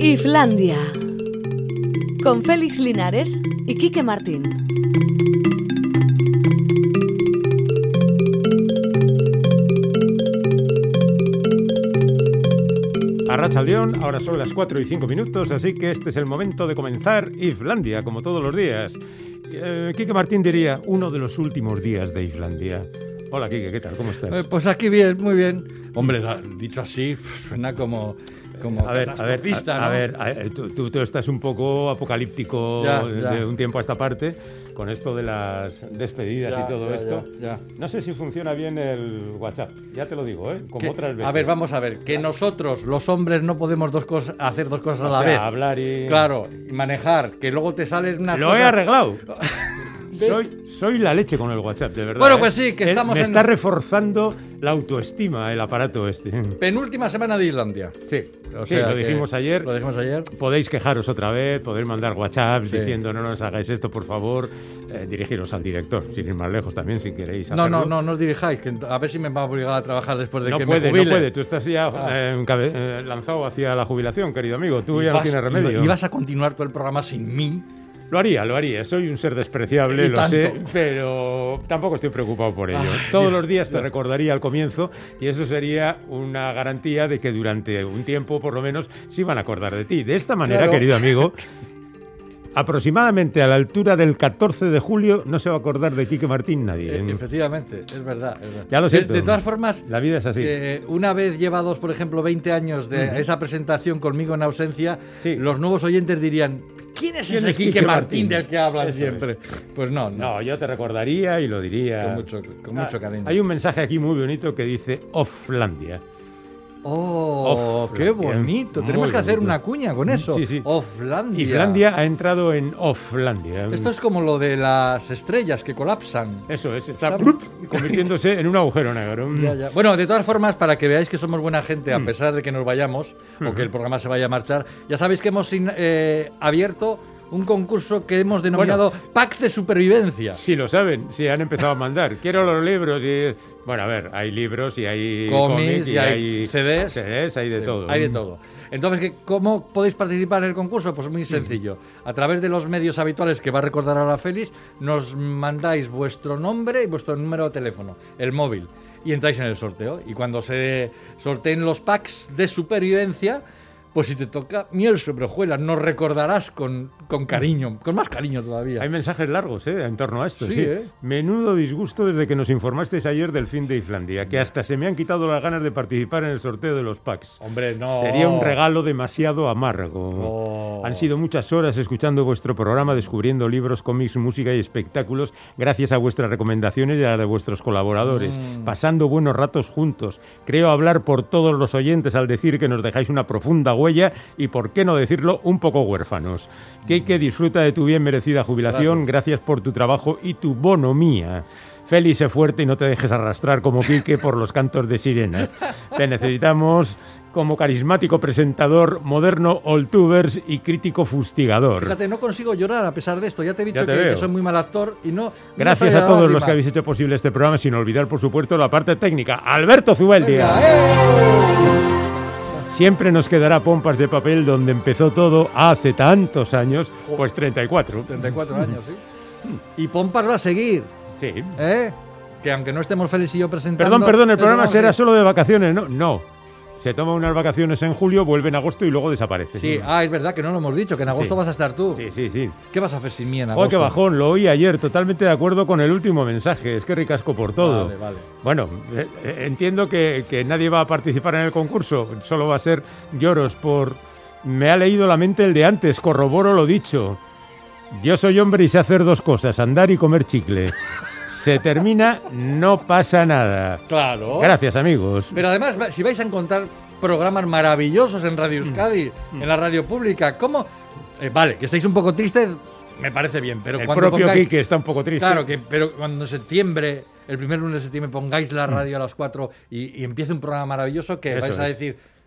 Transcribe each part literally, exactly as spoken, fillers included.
Islandia, con Félix Linares y Quique Martín. Arratsaldeón, ahora son las cuatro y cinco minutos, así que este es el momento de comenzar Islandia, como todos los días. Eh, Quique Martín diría, uno de los últimos días de Islandia. Hola, Quique, ¿qué tal? ¿Cómo estás? Eh, pues aquí bien, muy bien. Hombre, dicho así, suena como... Como a ver, a ver, a, ¿no? a ver, a ver tú, tú, tú estás un poco apocalíptico ya, de, ya. de un tiempo a esta parte, con esto de las despedidas ya, y todo ya, esto. Ya, ya. No sé si funciona bien el WhatsApp, ya te lo digo, ¿eh? Como que, otras veces. A ver, vamos a ver, que nosotros, los hombres, no podemos dos cosas, hacer dos cosas a la o sea, vez. Hablar y... Claro, y manejar, que luego te salen unas Lo cosas... he arreglado. Soy, soy la leche con el WhatsApp, de verdad. Bueno, ¿eh? pues sí, que estamos Me en... está reforzando la autoestima el aparato este. Penúltima semana de Islandia. Sí, O sí, sea lo que- dijimos ayer. Lo dijimos ayer. Podéis quejaros otra vez, podéis mandar WhatsApps Sí. diciendo no nos hagáis esto, por favor. Eh, dirigiros al director, sin ir más lejos también, si queréis No, hacerlo. no, no, no os dirijáis, que a ver si me va a obligar a trabajar después de No que puede, me jubile. no puede. Tú estás ya Ah. eh, encabe- eh, lanzado hacia la jubilación, querido amigo. Tú Y ya no vas- tienes remedio. Y vas a continuar todo el programa sin mí. Lo haría, lo haría. Soy un ser despreciable, Y lo tanto. sé, pero tampoco estoy preocupado por ello. Ay, Todos Dios, los días te Dios. recordaría al comienzo y eso sería una garantía de que durante un tiempo, por lo menos, se iban a acordar de ti. De esta manera, Claro. querido amigo, aproximadamente a la altura del catorce de julio no se va a acordar de Quique Martín nadie. Eh, efectivamente, es verdad, es verdad. Ya lo De- siento. De, todas formas, La vida es así. eh, una vez llevados, por ejemplo, veinte años de Ujú. esa presentación conmigo en ausencia, Sí. los nuevos oyentes dirían, ¿quién es ¿Quién ese es Quique Quique Martín Martín? del que hablan Eso siempre? Pues no, no. No, yo te recordaría y lo diría. Con mucho, con mucho Ah, cariño. Hay un mensaje aquí muy bonito que dice Offlandia. ¡Oh, Off, qué bien, bonito! muy Tenemos que hacer bonito. una cuña con eso. Sí, sí. Offlandia. Islandia ha entrado en Offlandia. Esto es como lo de las estrellas que colapsan. Eso es, está Está- ¡plup! Convirtiéndose en un agujero negro. Ya, ya. Bueno, de todas formas, para que veáis que somos buena gente, a Mm. pesar de que nos vayamos o Ujú. que el programa se vaya a marchar, ya sabéis que hemos in- eh, abierto un concurso que hemos denominado Pack de Supervivencia. Si lo saben, si han empezado a mandar. Quiero los libros y... Bueno, a ver, hay libros y hay Cómics cómics y hay C Ds. C Ds, hay de Sí, todo. Hay de todo. Entonces, ¿qué- ¿cómo podéis participar en el concurso? Pues muy sencillo. A través de los medios habituales que va a recordar ahora Félix, nos mandáis vuestro nombre y vuestro número de teléfono, el móvil, y entráis en el sorteo. Y cuando se sorteen los packs de supervivencia, pues si te toca miel sobre hojuelas, nos recordarás con, con cariño, con más cariño todavía. Hay mensajes largos ¿eh? en torno a esto. Sí, Sí, ¿eh? Menudo disgusto desde que nos informasteis ayer del fin de Islandia, que hasta se me han quitado las ganas de participar en el sorteo de los packs. Hombre, no. Sería un regalo demasiado amargo. Oh. Han sido muchas horas escuchando vuestro programa, descubriendo libros, cómics, música y espectáculos, gracias a vuestras recomendaciones y a las de vuestros colaboradores, Mm. pasando buenos ratos juntos. Creo hablar por todos los oyentes al decir que nos dejáis una profunda huella y, por qué no decirlo, un poco huérfanos. Quique, disfruta de tu bien merecida jubilación, gracias por tu trabajo y tu bonomía. Félix, sé fuerte y no te dejes arrastrar como Quique por los cantos de sirenas. Te necesitamos como carismático presentador, moderno oldtubers y crítico fustigador. Fíjate, no consigo llorar a pesar de esto. Ya te he dicho Ya te que, veo. que soy muy mal actor y no. Gracias no a sabía todos lágrima. los que habéis hecho posible este programa, sin olvidar, por supuesto, la parte técnica. Alberto Zubeldia. Venga, ¡eh! Siempre nos quedará Pompas de Papel, donde empezó todo hace tantos años, pues treinta y cuatro. treinta y cuatro años, sí. Y Pompas va a seguir, Sí. ¿eh? Que aunque no estemos Félix y yo presentando... Perdón, perdón, el programa será solo... solo de vacaciones, ¿no? No. Se toma unas vacaciones en julio, vuelve en agosto y luego desaparece. Sí, ah, es verdad que no lo hemos dicho, que en agosto Sí. vas a estar tú. sí, sí, sí. ¿Qué vas a hacer sin mí en Joder, agosto? qué bajón, lo oí ayer, totalmente de acuerdo con el último mensaje. Es que ricasco por todo. Vale, vale. Bueno, eh, eh, entiendo que, que nadie va a participar en el concurso, solo va a ser lloros por... Me ha leído la mente el de antes, corroboro lo dicho. Yo soy hombre y sé hacer dos cosas, andar y comer chicle. Se termina, no pasa nada. Claro. Gracias, amigos. Pero además, va- si vais a encontrar programas maravillosos en Radio Euskadi, Mm. en la radio pública, ¿cómo? Eh, vale, que estáis un poco tristes, me parece bien, pero El cuando propio pongáis- Quique está un poco triste. Claro, que, pero cuando en septiembre, el primer lunes de septiembre, pongáis la radio a las cuatro y, y empiece un programa maravilloso que Eso vais a es. decir,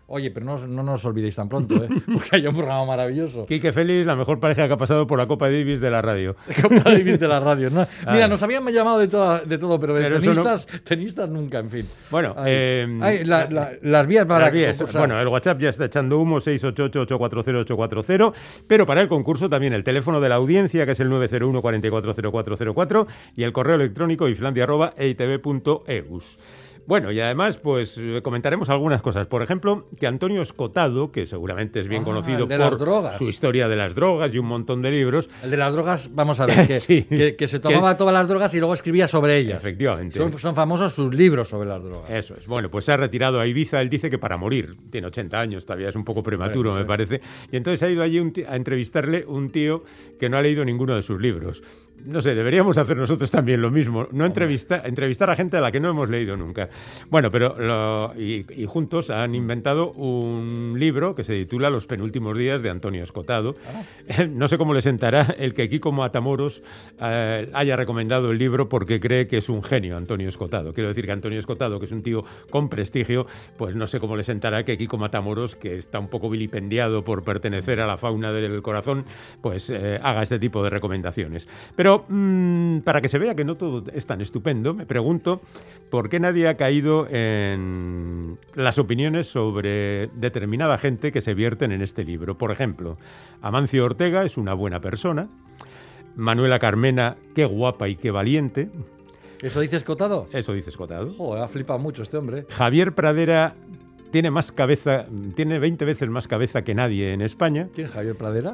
Oye, pero no, no nos olvidéis tan pronto, ¿eh? Porque hay un programa maravilloso. Quique Félix, la mejor pareja que ha pasado por la Copa Davis de la radio. Copa Davis de la radio, ¿no? Mira, nos habían llamado de, toda, de todo, pero de Pero tenistas, no... tenistas nunca, en fin. Bueno, Ay, eh, ay, la, la, las vías para las vías. concursar. Bueno, el WhatsApp ya está echando humo, seis ocho ocho, ocho cuatro cero, ocho cuatro cero, pero para el concurso también el teléfono de la audiencia, que es el nueve cero uno, cuatro cuatro cero cuatro cero cuatro, y el correo electrónico iflandia arroba e i t v punto e u s. Bueno, y además, pues comentaremos algunas cosas. Por ejemplo, que Antonio Escotado, que seguramente es bien Ah, conocido de por las drogas. su historia de las drogas y un montón de libros. El de las drogas, vamos a ver, que, Sí. que, que se tomaba Que- todas las drogas y luego escribía sobre ellas. Efectivamente. Son, son famosos sus libros sobre las drogas. Eso es. Bueno, pues se ha retirado a Ibiza. Él dice que para morir. Tiene ochenta años, todavía es un poco prematuro, Bueno, me sí. parece. Y entonces ha ido allí un ti- a entrevistarle un tío que no ha leído ninguno de sus libros. No sé, deberíamos hacer nosotros también lo mismo. No entrevistar, entrevistar a gente a la que no hemos leído nunca. Bueno, pero lo- y, y juntos han inventado un libro que se titula Los penúltimos días de Antonio Escotado. No sé cómo le sentará el que Kiko Matamoros eh, haya recomendado el libro porque cree que es un genio Antonio Escotado. Quiero decir que Antonio Escotado, que es un tío con prestigio, pues no sé cómo le sentará que Kiko Matamoros, que está un poco vilipendiado por pertenecer a la fauna del corazón, pues eh, haga este tipo de recomendaciones. Pero mmm, para que se vea que no todo es tan estupendo, me pregunto por qué nadie ha caído en las opiniones sobre determinada gente que se vierten en este libro. Por ejemplo, Amancio Ortega es una buena persona. Manuela Carmena, qué guapa y qué valiente. ¿Eso dice Escotado? Eso dice Escotado. Joder, ha flipado mucho este hombre. Javier Pradera tiene más cabeza, tiene veinte veces más cabeza que nadie en España. ¿Quién es Javier Pradera?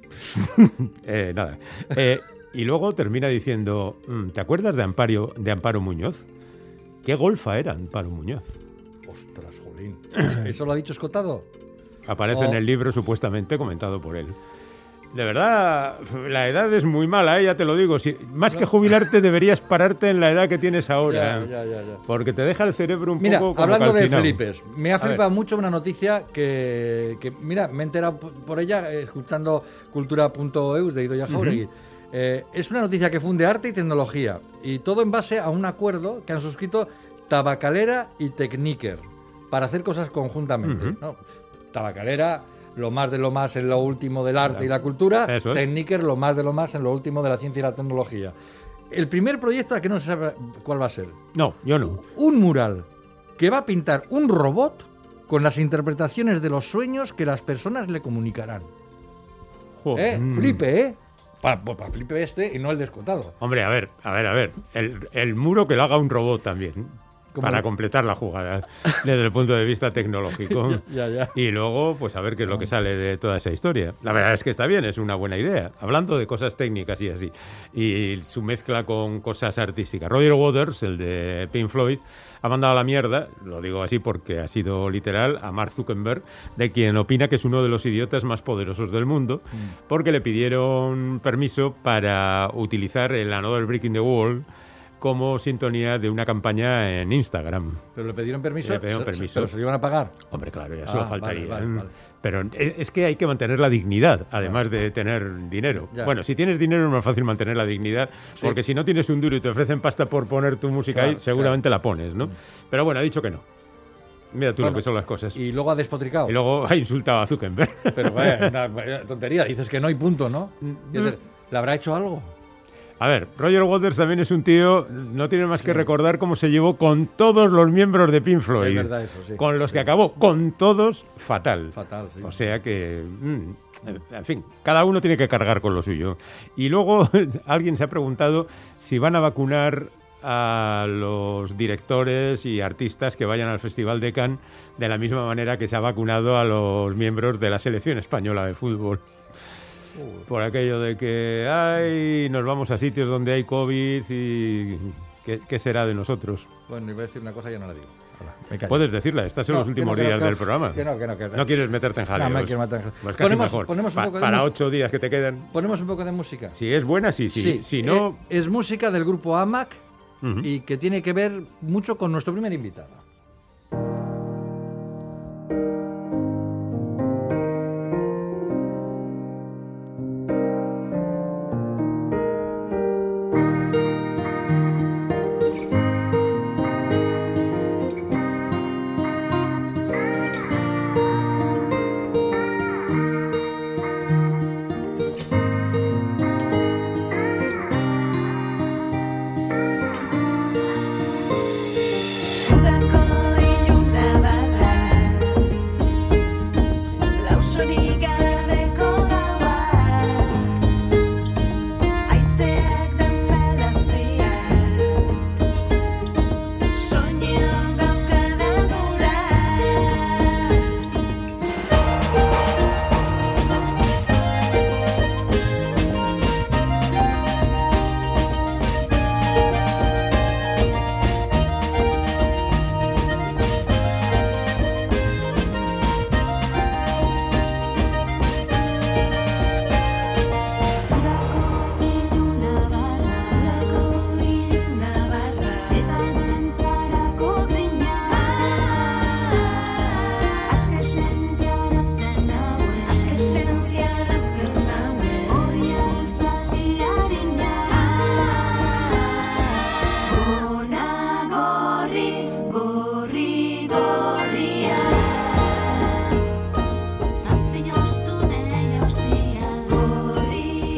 Eh, nada. Eh, y luego termina diciendo, mm, ¿te acuerdas de Amparo, de Amparo Muñoz? ¿Qué golfa era Amparo Muñoz? Ostras, jolín. ¿Eso lo ha dicho Escotado? Aparece Oh. en el libro supuestamente comentado por él. De verdad, la edad es muy mala, ¿eh? Ya te lo digo. Si, más que jubilarte, deberías pararte en la edad que tienes ahora. Ya, ya, ya, ya. Porque te deja el cerebro un Mira, poco como hablando de calcinado. Felipes, me ha A ver. flipado mucho una noticia que, que, mira, me he enterado por por ella eh, escuchando cultura punto eus de Idoia Jauregui. Eh, es una noticia que funde arte y tecnología, y todo en base a un acuerdo que han suscrito Tabacalera y Techniker para hacer cosas conjuntamente. Ujú. ¿no? Tabacalera, lo más de lo más en lo último del arte y la cultura. Eso es. Techniker, lo más de lo más en lo último de la ciencia y la tecnología. El primer proyecto, que no se sabe cuál va a ser. No, yo no. Un mural que va a pintar un robot con las interpretaciones de los sueños que las personas le comunicarán. Joder. ¿Eh? Mm. Flipe, ¿eh? Para, para flipe este y no el de Escotado. Hombre, a ver, a ver, a ver. El, el muro que lo haga un robot también. ¿Cómo? Para completar la jugada desde el punto de vista tecnológico. Ya, ya. Y luego, pues a ver qué es lo que sale de toda esa historia. La verdad es que está bien, es una buena idea. Hablando de cosas técnicas y así. Y su mezcla con cosas artísticas. Roger Waters, el de Pink Floyd, ha mandado a la mierda, lo digo así porque ha sido literal, a Mark Zuckerberg, de quien opina que es uno de los idiotas más poderosos del mundo, porque le pidieron permiso para utilizar el Another Brick in the Wall como sintonía de una campaña en Instagram. Pero le pidieron permiso. Le pidieron se- permiso. Pero se lo iban a pagar. Hombre, claro, ya Ah, solo faltaría. vale, vale, vale. Pero es es que hay que mantener la dignidad, además de tener dinero. Ya. Bueno, si tienes dinero es más fácil mantener la dignidad, Sí. porque si no tienes un duro y te ofrecen pasta por poner tu música Claro, ahí, seguramente la pones, ¿no? Pero bueno, ha dicho que no. Mira tú Bueno, lo que son las cosas. Y, Y luego ha despotricado. luego ha insultado a Zuckerberg. Pero vaya, una, vaya tontería. Dices que no hay punto, ¿no? Y dices, ¿le habrá hecho algo? A ver, Roger Waters también es un tío, no tiene más que recordar cómo se llevó con todos los miembros de Pink Floyd. Es verdad eso, sí. Con los que acabó, con todos, fatal. Fatal, sí. O sea que, mm, en fin, cada uno tiene que cargar con lo suyo. Y luego alguien se ha preguntado si van a vacunar a los directores y artistas que vayan al Festival de Cannes de la misma manera que se ha vacunado a los miembros de la selección española de fútbol. Por aquello de que ay, nos vamos a sitios donde hay COVID y ¿qué, qué será de nosotros? Bueno, iba a decir una cosa y ya no la digo. Hala, me callo. Puedes decirla, estás en No, los que últimos no, que no, días que no, del programa. que no, que no, que no. No quieres meterte en jaleos. No, me quiero meter en jaleos. Pues casi Ponemos- mejor. ponemos un Pa- poco de para mus- ocho días que te quedan. Ponemos un poco de música. Si es buena, sí, sí. Si no... eh, es música del grupo A M A C Ujú. y que tiene que ver mucho con nuestro primer invitado.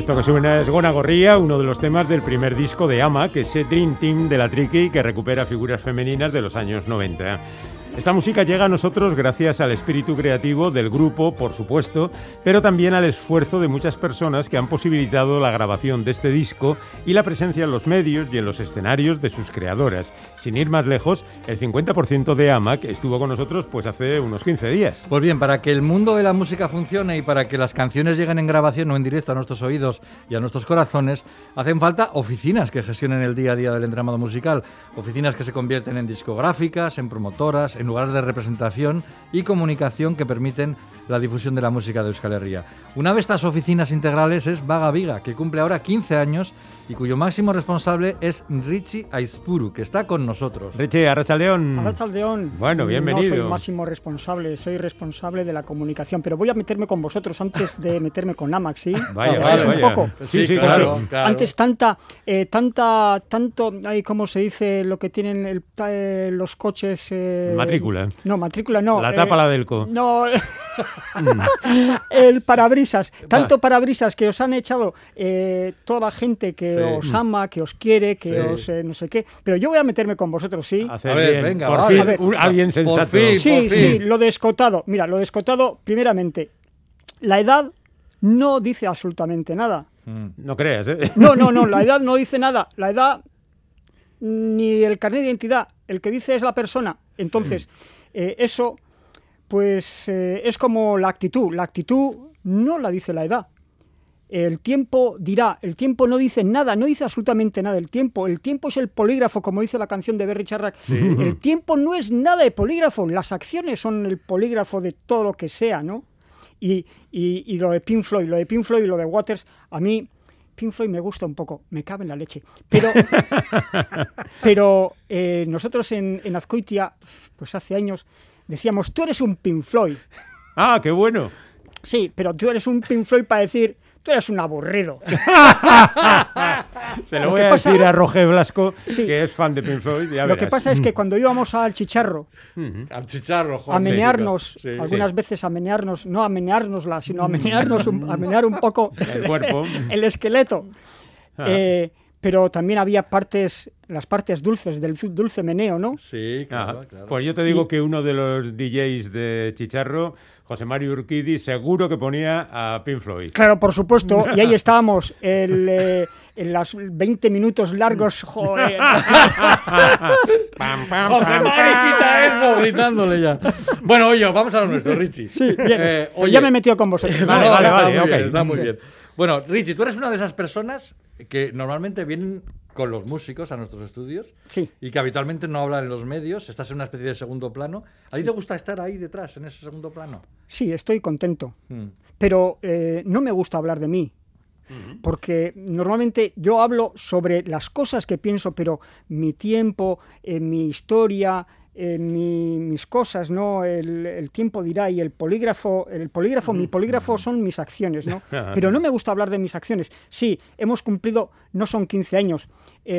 Esto que suena es Gona Gorría, uno de los temas del primer disco de Ama, que es ese Dream Team de la Triqui que recupera figuras femeninas de los años noventa. Esta música llega a nosotros gracias al espíritu creativo del grupo, por supuesto, pero también al esfuerzo de muchas personas que han posibilitado la grabación de este disco y la presencia en los medios y en los escenarios de sus creadoras. Sin ir más lejos, el cincuenta por ciento de AMAC estuvo con nosotros pues hace unos quince días. Pues bien, para que el mundo de la música funcione y para que las canciones lleguen en grabación o en directo a nuestros oídos y a nuestros corazones, hacen falta oficinas que gestionen el día a día del entramado musical, oficinas que se convierten en discográficas, en promotoras, en lugares de representación y comunicación que permiten la difusión de la música de Euskal Herria. Una de estas oficinas integrales es Vaga Viga, que cumple ahora quince años y cuyo máximo responsable es Richie Aizpuru, que está con nosotros. Richie, Arratsaldeon. Arratsaldeon. Bueno, bienvenido. No soy máximo responsable, soy responsable de la comunicación, pero voy a meterme con vosotros antes de meterme con AMAC, ¿sí? Vaya, vaya, vaya, un vaya. poco. Sí, sí, claro. claro. claro. Antes tanta, eh, tanta, tanto, ay, ¿cómo se dice lo que tienen el, eh, los coches? Eh, Matrícula. No, matrícula no. La tapa, eh, la del co. No, el parabrisas. Tanto parabrisas que os han echado eh, toda la gente que Sí. os ama, que os quiere, que Sí. os eh, no sé qué. Pero yo voy a meterme con vosotros, ¿sí? Hacer A ver, bien. venga, por va, fin, a ver. un- alguien sensato. fin. Sí, por fin. sí, lo de escotado. Mira, lo de escotado, primeramente, la edad no dice absolutamente nada. Mm. No creas, ¿eh? No, no, no, la edad no dice nada. La edad, ni el carnet de identidad, el que dice es la persona. Entonces, eh, eso, pues, eh, es como la actitud. La actitud no la dice la edad. El tiempo dirá, el tiempo no dice nada, no dice absolutamente nada el tiempo. El tiempo es el polígrafo, como dice la canción de Berry Charrac. El tiempo no es nada de polígrafo, las acciones son el polígrafo de todo lo que sea, ¿no? Y, y, y lo de Pink Floyd, lo de Pink Floyd y lo de Waters, a mí Pink Floyd me gusta un poco, me cabe en la leche. Pero, pero eh, nosotros en, en Azcoitia, pues hace años, decíamos, tú eres un Pink Floyd. Ah, qué bueno. Sí, pero tú eres un Pink Floyd para decir, tú eres un aburrido. Se lo, Lo voy que a pasa- decir a Roger Blasco, Sí. que es fan de Pink Floyd. Ya Lo verás. que pasa es que cuando íbamos al chicharro Al chicharro, joder. a menearnos, Sí, algunas sí. veces a menearnos, no a meneárnosla, sino a menearnos, un, a menear un poco El cuerpo. el esqueleto. Ah. Eh, pero también había partes, las partes dulces del du- dulce meneo, ¿no? Sí, claro, Ajá. claro. Pues yo te digo que uno de los D Js de Chicharro, José Mario Urquidi, seguro que ponía a Pink Floyd. Claro, por supuesto, y ahí estábamos, el, eh, en los veinte minutos largos, joder. Pam, pam, José pam, Mari, pam. quita eso, gritándole ya. Bueno, oye, vamos a lo nuestro, Richie. Sí, bien. Eh, Pues oye, ya me he metido con vosotros. Vale, No, vale, está vale, muy ok. bien, está muy bien. Bueno, Richie, tú eres una de esas personas que normalmente vienen con los músicos a nuestros estudios Sí. y que habitualmente no hablan en los medios, estás en una especie de segundo plano. ¿A ti te gusta estar ahí detrás, en ese segundo plano? Sí, estoy contento. Mm. Pero eh, no me gusta hablar de mí. Porque normalmente yo hablo sobre las cosas que pienso, pero mi tiempo, eh, mi historia, eh, mi- mis cosas, ¿no? El, el tiempo dirá y el polígrafo, el polígrafo, mi polígrafo son mis acciones, ¿no? Pero no me gusta hablar de mis acciones. Sí, hemos cumplido, no son quince años.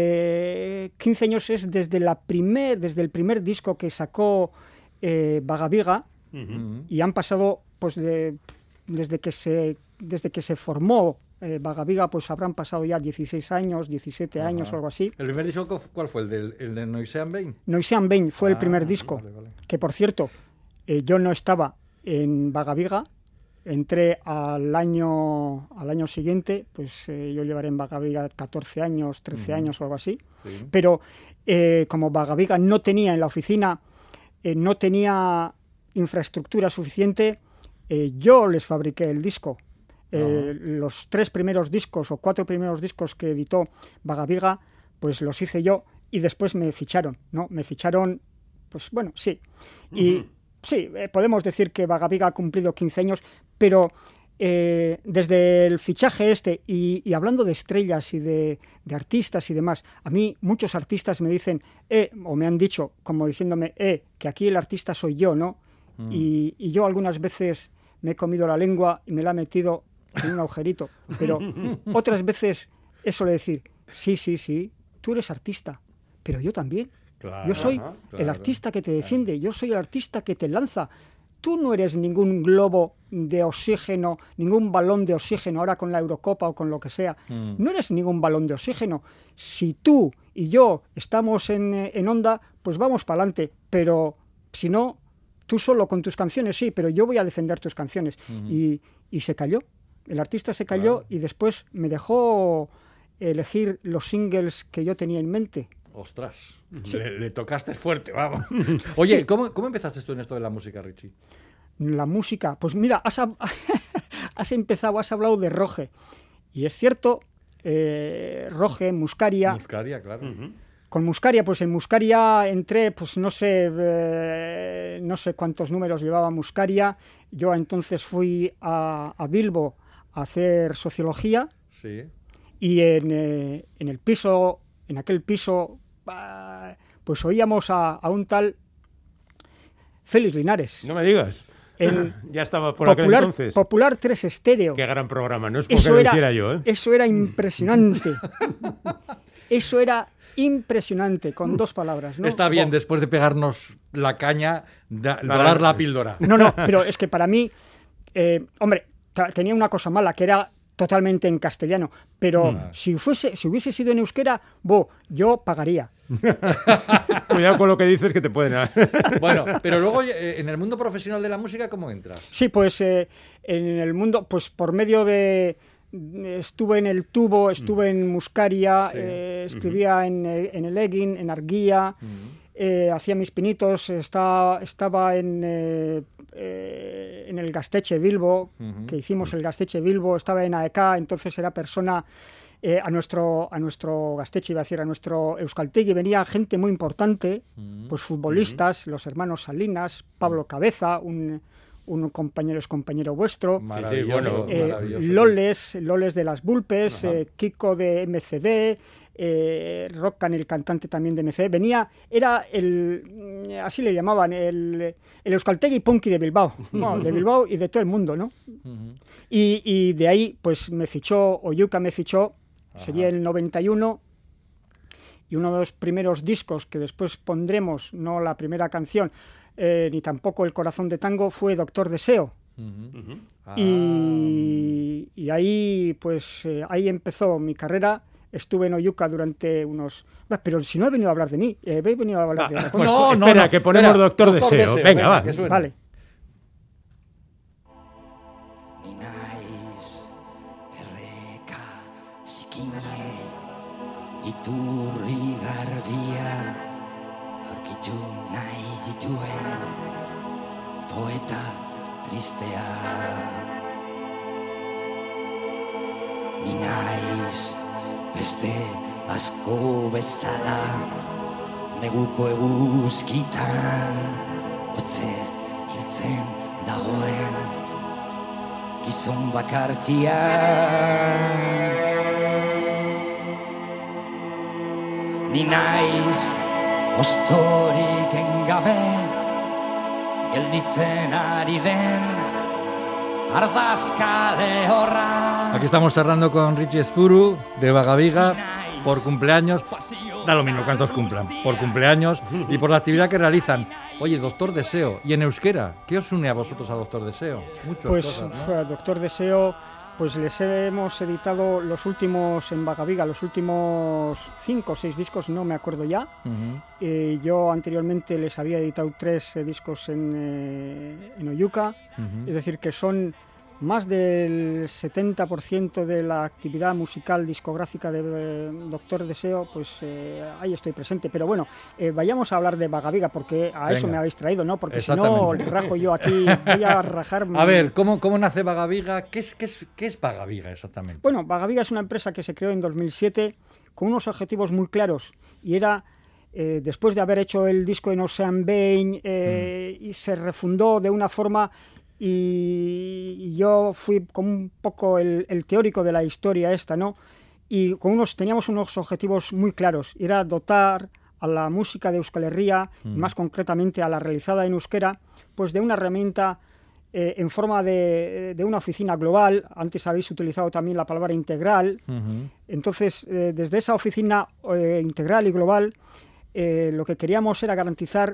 Eh, quince años es desde la primer, desde el primer disco que sacó eh, Vaga Viga, Mm. y han pasado, pues, de, desde que se, desde que se formó eh, Vaga Viga, pues habrán pasado ya dieciséis años, diecisiete años Ajá. o algo así. ¿El primer disco cu- cuál fue? ¿El, del, el de Noisean Bain? Noisean Bain fue el Ah, primer disco, vale, vale. que por cierto, eh, yo no estaba en Vaga Viga, entré al año, al año siguiente, pues eh, yo llevaré en Vaga Viga catorce años, trece años o algo así, Sí. pero eh, como Vaga Viga no tenía en la oficina, eh, no tenía infraestructura suficiente, eh, yo les fabriqué el disco. Eh, los tres primeros discos o cuatro primeros discos que editó Vaga Viga, pues los hice yo y después me ficharon, ¿no? Me ficharon, pues bueno, sí. Y sí, eh, podemos decir que Vaga Viga ha cumplido quince años, pero eh, desde el fichaje este, y, y hablando de estrellas y de, de artistas y demás, a mí muchos artistas me dicen, eh, o me han dicho, como diciéndome, eh, que aquí el artista soy yo, ¿no? Mm. Y, y yo algunas veces me he comido la lengua y me la he metido en un agujerito, pero otras veces es solo decir, sí, sí, sí, tú eres artista, pero yo también. Claro, Yo soy ajá, el claro. artista que te defiende, yo soy el artista que te lanza. tú no eres ningún globo de oxígeno, ningún balón de oxígeno, ahora con la Eurocopa o con lo que sea, mm. no eres ningún balón de oxígeno. Si tú y yo estamos en, en onda, pues vamos para adelante, pero si no, tú solo con tus canciones sí, pero yo voy a defender tus canciones. Mm. Y, y se cayó, el artista se cayó, claro. Y después me dejó elegir los singles que yo tenía en mente. Ostras, sí. le, le tocaste fuerte, vamos. Oye, sí. ¿cómo, ¿cómo empezaste tú en esto de la música, Richie? La música, pues mira, has, has empezado, has hablado de Roge. Y es cierto, eh, Roge, Muscaria. Muscaria, claro. Uh-huh. Con Muscaria, pues en Muscaria entré, pues no sé, eh, no sé cuántos números llevaba Muscaria. Yo entonces fui a, a Bilbo a hacer sociología. Sí. Y en, eh, en el piso, en aquel piso, pues oíamos a, a un tal Félix Linares. No me digas. El ya estaba por popular, aquel entonces. Popular tres Estéreo. Qué gran programa, no es porque eso lo era, hiciera yo, ¿eh? Eso era impresionante. Eso era impresionante, con dos palabras, ¿no? Está bien, oh. después de pegarnos la caña, da, dorar la píldora. No, no, pero es que para mí, eh, hombre, tenía una cosa mala, que era totalmente en castellano, pero mm. si fuese, si hubiese sido en euskera, bo, yo pagaría. Cuidado con lo que dices, que te pueden... Bueno, pero luego en el mundo profesional de la música, ¿cómo entras? Sí, pues eh, en el mundo, pues por medio de... Estuve en el Tubo, estuve mm. en Muscaria, sí. eh, escribía uh-huh. en, en el Egin, en Arguía, uh-huh. eh, hacía mis pinitos, está, estaba en... Eh, Eh, en el Gasteche Bilbo, uh-huh. que hicimos el Gasteche Bilbo, estaba en A E K, entonces era persona eh, a nuestro a nuestro Gasteche, iba a decir, a nuestro Euskaltegui, venía gente muy importante, uh-huh. pues futbolistas, uh-huh. los hermanos Salinas, Pablo Cabeza, un, un compañero es compañero vuestro, maravilloso, eh, maravilloso. Loles, Loles de las Bulpes, eh, Kiko de M C D, Eh, Roccan, el cantante también de M C D, venía, era el, así le llamaban, el, el Euskaltegui Punky de Bilbao, no, de Bilbao y de todo el mundo, ¿no? Uh-huh. Y, y de ahí, pues me fichó, Oyuka me fichó, Ajá. sería el noventa y uno, y uno de los primeros discos que después pondremos, no la primera canción, eh, ni tampoco El Corazón de Tango, fue Doctor Deseo. Uh-huh. Uh-huh. Ah. Y, y ahí, pues, eh, ahí empezó mi carrera. Estuve en Oyuka durante unos... Pero si no he venido a hablar de mí, he venido a hablar ah, de otra cosa. No, no, espera, no, que ponemos espera, Doctor, Doctor Deseo. Deseo. Venga, va. Venga, vale. Ninaiz erreka zikine iturri garbia aurkitu nahi dituen poeta tristea. Ninaiz beste asko bezala neguko eguzkitan hotzez hiltzen dagoen gizon bakartia. Ni naiz ostorik engabe gelditzen ari den ardazkale horra. Aquí estamos cerrando con Richie Ezpuru de Vagaviga por cumpleaños. Da lo mismo cuántos cumplan. Por cumpleaños y por la actividad que realizan. Oye, Doctor Deseo. ¿Y en euskera? ¿Qué os une a vosotros a Doctor Deseo? Muchas pues, cosas, ¿no? Doctor Deseo, pues les hemos editado los últimos en Vagaviga, los últimos cinco o seis discos, no me acuerdo ya. Uh-huh. Eh, yo anteriormente les había editado tres eh, discos en, eh, en Oyuka. Uh-huh. Es decir, que son más del setenta por ciento de la actividad musical discográfica de eh, Doctor Deseo, pues eh, ahí estoy presente. Pero bueno, eh, vayamos a hablar de Vagaviga, porque a Venga. Eso me habéis traído, ¿no? Porque si no, rajo yo aquí, voy a rajar... A ver, ¿cómo, cómo nace Vagaviga? ¿Qué es, qué, es, ¿Qué es Vagaviga exactamente? Bueno, Vagaviga es una empresa que se creó en dos mil siete con unos objetivos muy claros, y era... Eh, después de haber hecho el disco en Ocean Vein, eh, mm. y se refundó de una forma... Y yo fui como un poco el, el teórico de la historia esta, ¿no? Y con unos, teníamos unos objetivos muy claros. Era dotar a la música de Euskal Herria, mm. y más concretamente a la realizada en euskera, pues de una herramienta eh, en forma de, de una oficina global. Antes habéis utilizado también la palabra integral. Uh-huh. Entonces, eh, desde esa oficina eh, integral y global, eh, lo que queríamos era garantizar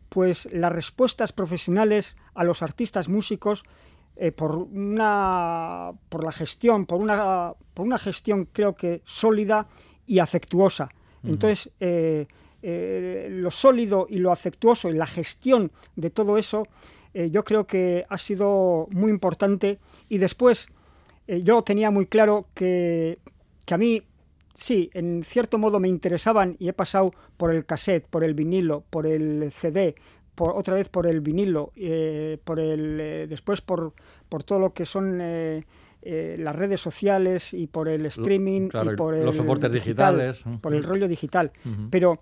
pues las respuestas profesionales a los artistas músicos eh, por una por la gestión, por una por una gestión creo que sólida y afectuosa. Uh-huh. Entonces, eh, eh, lo sólido y lo afectuoso y la gestión de todo eso, eh, yo creo que ha sido muy importante. Y después, eh, yo tenía muy claro que, que a mí, sí, en cierto modo me interesaban, y he pasado por el cassette, por el vinilo, por el C D, por, otra vez por el vinilo, eh, por el eh, después por, por todo lo que son eh, eh, las redes sociales y por el streaming, claro, y por los el soportes digital, digitales, por el rollo digital. Uh-huh. Pero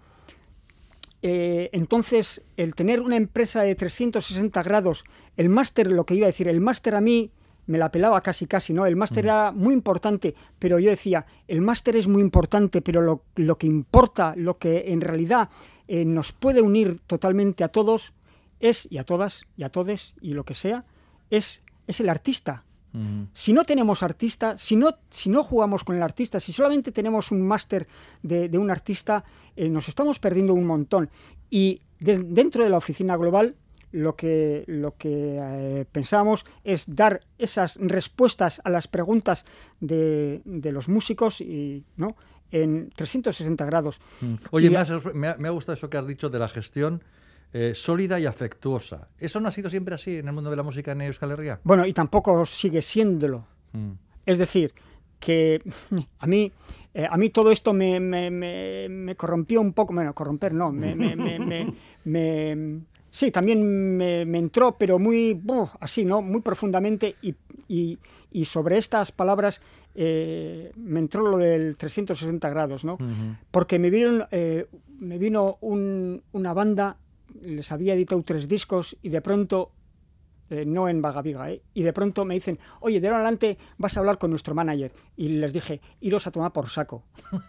eh, entonces el tener una empresa de trescientos sesenta grados, el máster, lo que iba a decir, el máster a mí me la pelaba casi casi, ¿no? El máster uh-huh. era muy importante, pero yo decía, el máster es muy importante, pero lo, lo que importa, lo que en realidad eh, nos puede unir totalmente a todos es, y a todas, y a todes, y lo que sea, es, es el artista. Uh-huh. Si no tenemos artista, si no, si no jugamos con el artista, si solamente tenemos un máster de, de un artista, eh, nos estamos perdiendo un montón. Y de, dentro de la oficina global, lo que, lo que eh, pensamos es dar esas respuestas a las preguntas de, de los músicos, y, ¿no?, en trescientos sesenta grados. Mm. Oye, y, me, has, me, ha, me ha gustado eso que has dicho de la gestión eh, sólida y afectuosa. ¿Eso no ha sido siempre así en el mundo de la música en Euskal Herria? Bueno, y tampoco sigue siéndolo. Mm. Es decir, que a mí... Eh, a mí todo esto me, me, me, me corrompió un poco, bueno, corromper no, me, me, me, me, me sí, también me, me entró, pero muy, uh, así, ¿no?, muy profundamente, y, y, y sobre estas palabras eh, me entró lo del trescientos sesenta grados, ¿no? Uh-huh. Porque me vino, eh, me vino un, una banda, les había editado tres discos, y de pronto... Eh, no en Vagaviga, ¿eh? Y de pronto me dicen, oye, de ahora en adelante vas a hablar con nuestro manager. Y les dije, iros a tomar por saco.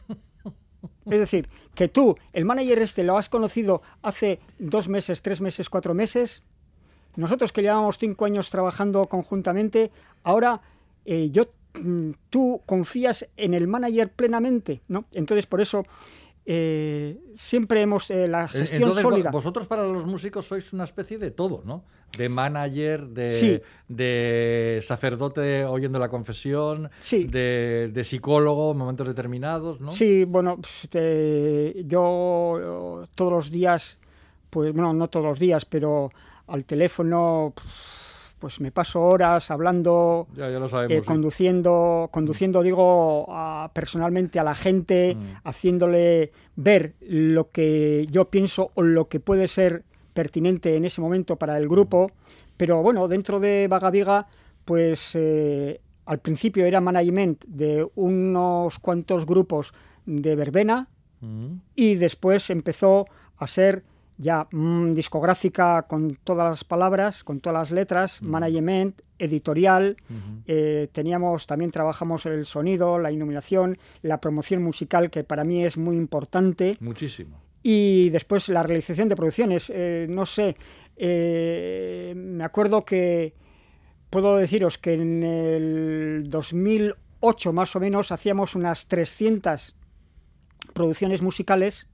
Es decir, que tú, el manager este, lo has conocido hace dos meses, tres meses, cuatro meses. Nosotros que llevamos cinco años trabajando conjuntamente, ahora eh, yo, tú confías en el manager plenamente, ¿no? Entonces, por eso... Eh, siempre hemos eh, la gestión Entonces, sólida. Vosotros para los músicos sois una especie de todo, ¿no? De manager, de, sí. de sacerdote oyendo la confesión, sí. de, de psicólogo en momentos determinados, ¿no? Sí, bueno, te, yo todos los días, pues bueno, no todos los días, pero al teléfono... pues me paso horas hablando, ya, ya lo sabemos, eh, sí. conduciendo, conduciendo, digo, a, personalmente a la gente, mm. haciéndole ver lo que yo pienso o lo que puede ser pertinente en ese momento para el grupo. Pero bueno, dentro de Vagaviga, pues eh, al principio era management de unos cuantos grupos de verbena, mm. y después empezó a ser... ya mmm, discográfica con todas las palabras, con todas las letras, uh-huh. management, editorial, uh-huh. eh, teníamos, también trabajamos el sonido, la iluminación, la promoción musical, que para mí es muy importante. Muchísimo. Y después la realización de producciones, eh, no sé, eh, me acuerdo que, puedo deciros que en el dos mil ocho más o menos hacíamos unas trescientas producciones musicales.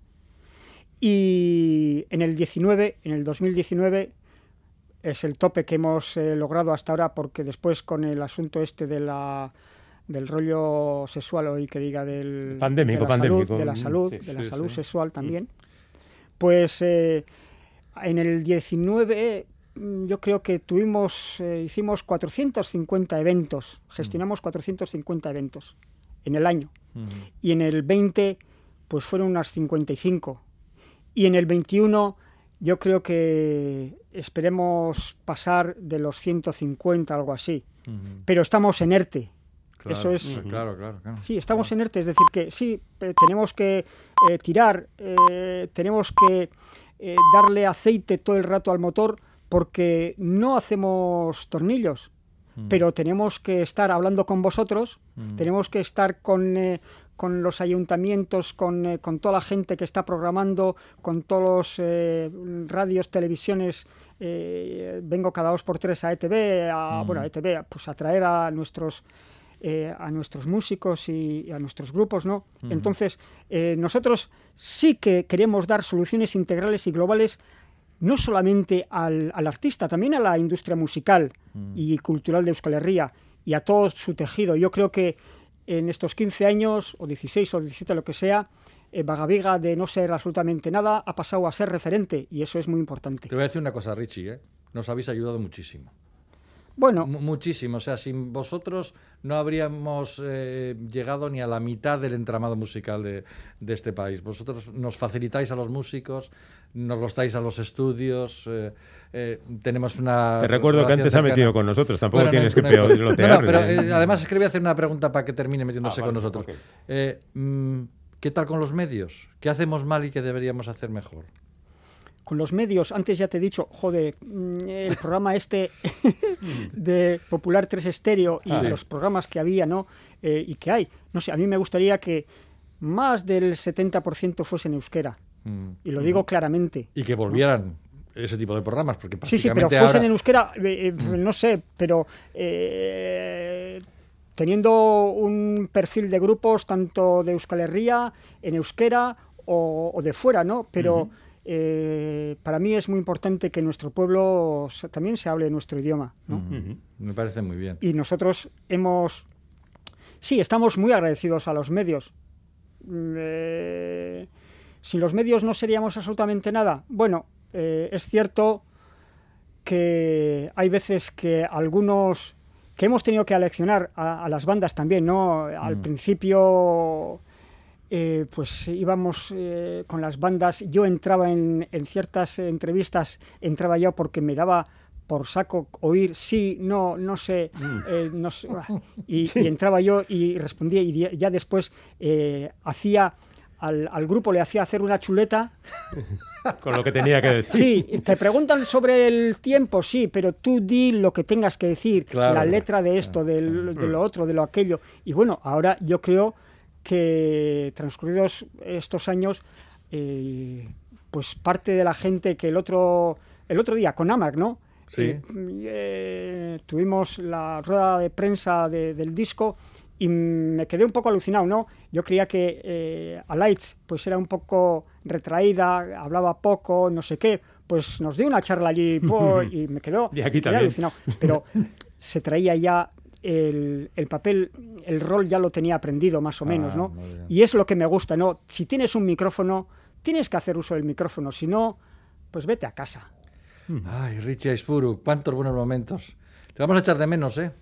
Y en el diecinueve, en el dos mil diecinueve, es el tope que hemos eh, logrado hasta ahora, porque después con el asunto este de la del rollo sexual, o que diga del pandémico, de la pandémico. salud, de la salud, sí, de la sí, salud sí. sexual también, pues eh, en el diecinueve yo creo que tuvimos, eh, hicimos cuatrocientos cincuenta eventos, gestionamos cuatrocientos cincuenta eventos en el año, uh-huh. y en el veinte pues fueron unas cincuenta y cinco. Y en el veintiuno yo creo que esperemos pasar de los ciento cincuenta, algo así. Uh-huh. Pero estamos en ERTE. Claro, eso es. Uh-huh. Claro, claro, claro. Sí, estamos claro. en ERTE, es decir, que sí, tenemos que eh, tirar, eh, tenemos que eh, darle aceite todo el rato al motor, porque no hacemos tornillos. Uh-huh. Pero tenemos que estar hablando con vosotros, uh-huh. tenemos que estar con... Eh, con los ayuntamientos, con, eh, con toda la gente que está programando, con todos los eh, radios, televisiones. Eh, vengo cada dos por tres a E T V, a, mm. bueno, a E T V, pues a traer a nuestros eh, a nuestros músicos y, y a nuestros grupos, ¿no? Mm. Entonces, eh, nosotros sí que queremos dar soluciones integrales y globales no solamente al, al artista, también a la industria musical mm. y cultural de Euskal Herria y a todo su tejido. Yo creo que en estos quince años, o dieciséis o diecisiete, lo que sea, eh, Bagabiga, de no ser absolutamente nada, ha pasado a ser referente, y eso es muy importante. Te voy a decir una cosa, Richie, ¿eh? Nos habéis ayudado muchísimo. Bueno. M- muchísimo. O sea, sin vosotros no habríamos eh, llegado ni a la mitad del entramado musical de, de este país. Vosotros nos facilitáis a los músicos, nos los dais a los estudios, eh, eh, tenemos una... Te recuerdo que antes cercana. ha metido con nosotros, tampoco bueno, tienes no, que no, pelotear. No, no, pero eh, además es que le voy a hacer una pregunta para que termine metiéndose ah, con vale, nosotros. Okay. Eh, mm, ¿Qué tal con los medios? ¿Qué hacemos mal y qué deberíamos hacer mejor? Con los medios, antes ya te he dicho, joder, el programa este de Popular tres Estéreo y ah, los sí. programas que había, ¿no? Eh, y que hay. No sé, a mí me gustaría que más del setenta por ciento fuese en euskera. Mm. Y lo digo mm. claramente. Y que volvieran, ¿no?, ese tipo de programas. Porque sí, sí, pero fuesen ahora... en euskera, eh, mm. no sé, pero... Eh, teniendo un perfil de grupos tanto de Euskal Herria, en euskera o, o de fuera, ¿no? Pero... Mm-hmm. Eh, para mí es muy importante que en nuestro pueblo también se hable nuestro idioma, ¿no? Uh-huh. Me parece muy bien. Y nosotros hemos... Sí, estamos muy agradecidos a los medios. Eh, sin los medios no seríamos absolutamente nada. Bueno, eh, es cierto que hay veces que algunos... que hemos tenido que aleccionar a, a las bandas también, ¿no? Al uh-huh. principio... Eh, pues íbamos eh, con las bandas, yo entraba en, en ciertas entrevistas, entraba yo porque me daba por saco oír sí, no, no sé, eh, no sé y, y entraba yo y respondía, y ya después eh, hacía, al, al grupo le hacía hacer una chuleta. Con lo que tenía que decir. Sí, te preguntan sobre el tiempo, sí, pero tú di lo que tengas que decir, claro, la letra de esto, de, de lo otro, de lo aquello. Y bueno, ahora yo creo que transcurridos estos años, eh, pues parte de la gente que el otro el otro día con AMAC, ¿no? Sí. Eh, eh, tuvimos la rueda de prensa de, del disco y me quedé un poco alucinado, ¿no? Yo creía que eh, Alaitz pues era un poco retraída, hablaba poco, no sé qué, pues nos dio una charla allí po, y me quedó, y aquí me quedé alucinado, pero se traía ya El, el papel, el rol ya lo tenía aprendido más o menos, ah, ¿no? Y es lo que me gusta, ¿no? Si tienes un micrófono, tienes que hacer uso del micrófono, si no, pues vete a casa. Ay, Richie Aizpuru, cuántos buenos momentos. Te vamos a echar de menos, ¿eh?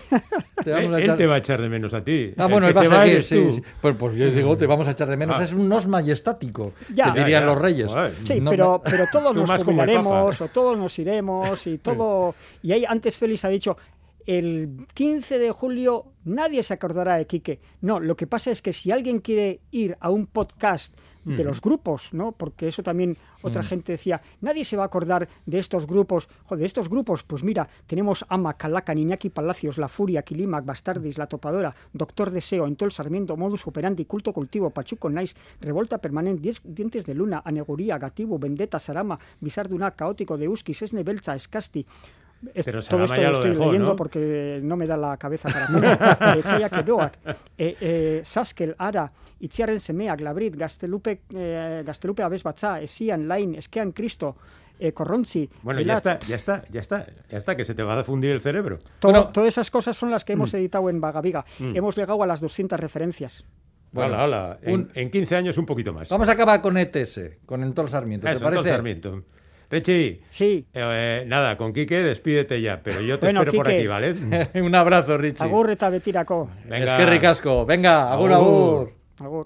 Te vamos a echar... Él te va a echar de menos a ti. Ah, bueno, él va a seguir, sí, sí. Pues, pues yo digo, te vamos a echar de menos. Ah. Es un nos majestático, ya, que dirían ya, ya. los reyes. Joder. Sí, no, pero, pero todos nos jubilaremos o todos nos iremos y todo... Y ahí antes Félix ha dicho... El quince de julio nadie se acordará de Quique. No, lo que pasa es que si alguien quiere ir a un podcast de uh-huh. los grupos, ¿no? Porque eso también otra uh-huh. gente decía, nadie se va a acordar de estos grupos. Joder, de estos grupos, pues mira, tenemos Ama, Calaca, Iñaki Palacios, La Furia, Kilimac, Bastardis, La Topadora, Doctor Deseo, Entol Sarmiento, Modus Operandi, Culto Cultivo, Pachuco Nice, Revolta Permanent, Diez, Dientes de Luna, Aneguría, Gatibu, Vendetta, Sarama, Bizarduna, Caótico, Deuski, Sesne Belza, Escasti. Es, Pero todo esto lo estoy dejó, leyendo, ¿no? Porque no me da la cabeza para todo. Etxaiak Eroak, eh, eh, Saskel, Ara, Itziarren Semeak, Labrit, Gaztelupe, eh, Gaztelupe Abez Batza, Esian, Lain, Eskean Cristo, eh, Corronzi. Bueno, ya está, ya está, ya está, ya está, que se te va a fundir el cerebro. Todo, bueno. Todas esas cosas son las que hemos editado en Bagabiga. Mm. Hemos llegado a las doscientas referencias. Bueno, hola, hola. En, un, en quince años un poquito más. Vamos a acabar con E T S, con Entol Sarmiento. ¿Te Eso, parece? Entol Sarmiento. Richie, sí. Eh, nada, con Quique despídete ya, pero yo te bueno, espero Quique, por aquí, ¿vale? Un abrazo, Richie. Agur eta betirako. Venga. Es que ricasco. Venga, agur, agur. Agur.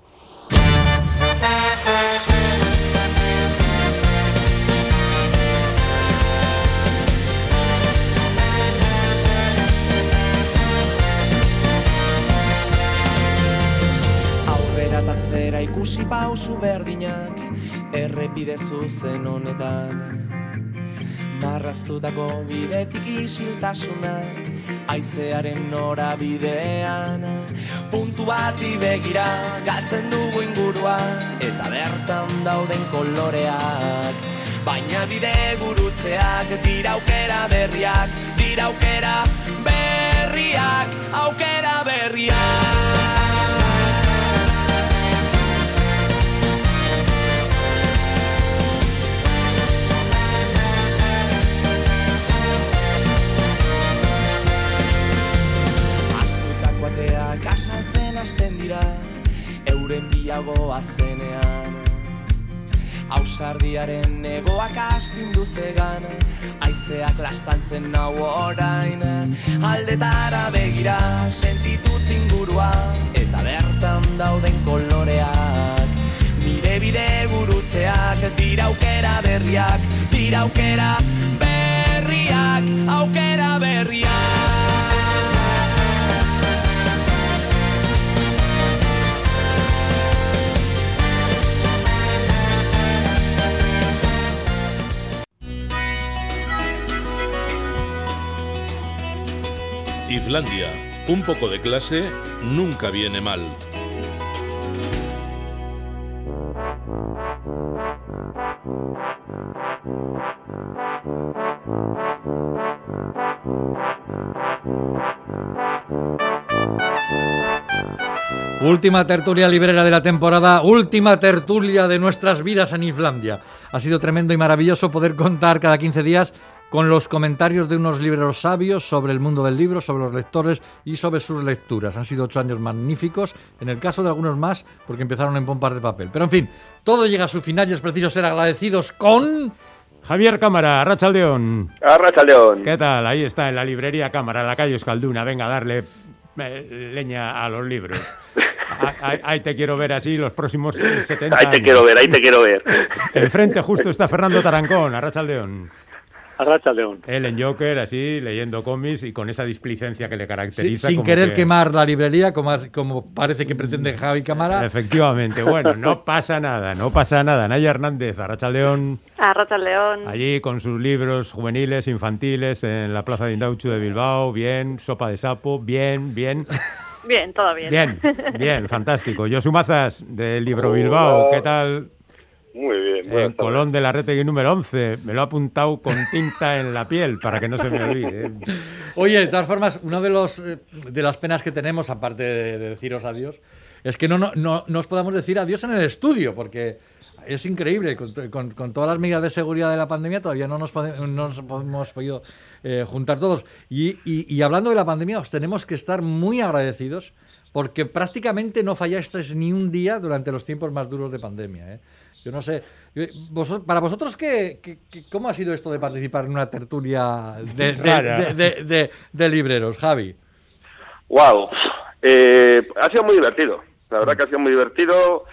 Aurrera tatzera ikusi pausu berdinak errepide zuzen honetan, marraztutako bidetik isiltasuna, haizearen norabidean, puntu bati begira galtzen dugu ingurua, eta bertan dauden koloreak, baina bide gurutzeak dira aukera berriak, dira aukera berriak, aukera berriak. goazenean. Ausardiaren egoak astindu zegan, haizeak lastantzen nau orain. Aldetara begira sentitu zingurua, eta bertan dauden koloreak. Nire bide gurutzeak, dira aukera berriak, dira aukera berriak, aukera berriak. Iflandia, un poco de clase nunca viene mal. Última tertulia librera de la temporada, última tertulia de nuestras vidas en Iflandia. Ha sido tremendo y maravilloso poder contar cada quince días con los comentarios de unos libreros sabios sobre el mundo del libro, sobre los lectores y sobre sus lecturas. Han sido ocho años magníficos, en el caso de algunos más, porque empezaron en pompas de papel. Pero en fin, todo llega a su final y es preciso ser agradecidos con... Javier Cámara, Arratsaldeon. Arratsaldeon. ¿Qué tal? Ahí está, en la librería Cámara, en la calle Euskalduna. Venga, a darle eh, leña a los libros. Ahí, ahí te quiero ver así los próximos setenta años. Ahí te años. quiero ver, ahí te quiero ver. Enfrente justo está Fernando Tarancón, Arratsaldeon. Arratsaldeon. Él en Joker, así, leyendo cómics y con esa displicencia que le caracteriza. Sí, sin como querer que... quemar la librería, como, como parece que pretende Javi Cámara. Efectivamente, bueno, no pasa nada, no pasa nada. Naya Hernández, Arratsaldeon. Arratsaldeon. Allí con sus libros juveniles, infantiles, en la Plaza de Indauchu de Bilbao, bien, Sopa de Sapo, bien, bien. Bien, todo bien. Bien, bien, fantástico. Josu Mazas, del Libro Bilbao, ¿qué tal? Muy bien. En Colón de la Retegui número once. Me lo ha apuntado con tinta en la piel para que no se me olvide. Oye, de todas formas, una de los eh, de las penas que tenemos, aparte de, de deciros adiós, es que no, no, no nos podamos decir adiós en el estudio, porque es increíble. Con, con, con todas las medidas de seguridad de la pandemia todavía no nos, pode, no nos hemos podido eh, juntar todos. Y, y, y hablando de la pandemia, os tenemos que estar muy agradecidos porque prácticamente no fallasteis ni un día durante los tiempos más duros de pandemia, ¿eh? Yo no sé, vos, para vosotros, ¿qué, qué, qué, ¿cómo ha sido esto de participar en una tertulia de, de, de, de, de, de libreros, Javi? Wow, eh, ha sido muy divertido, la verdad que ha sido muy divertido,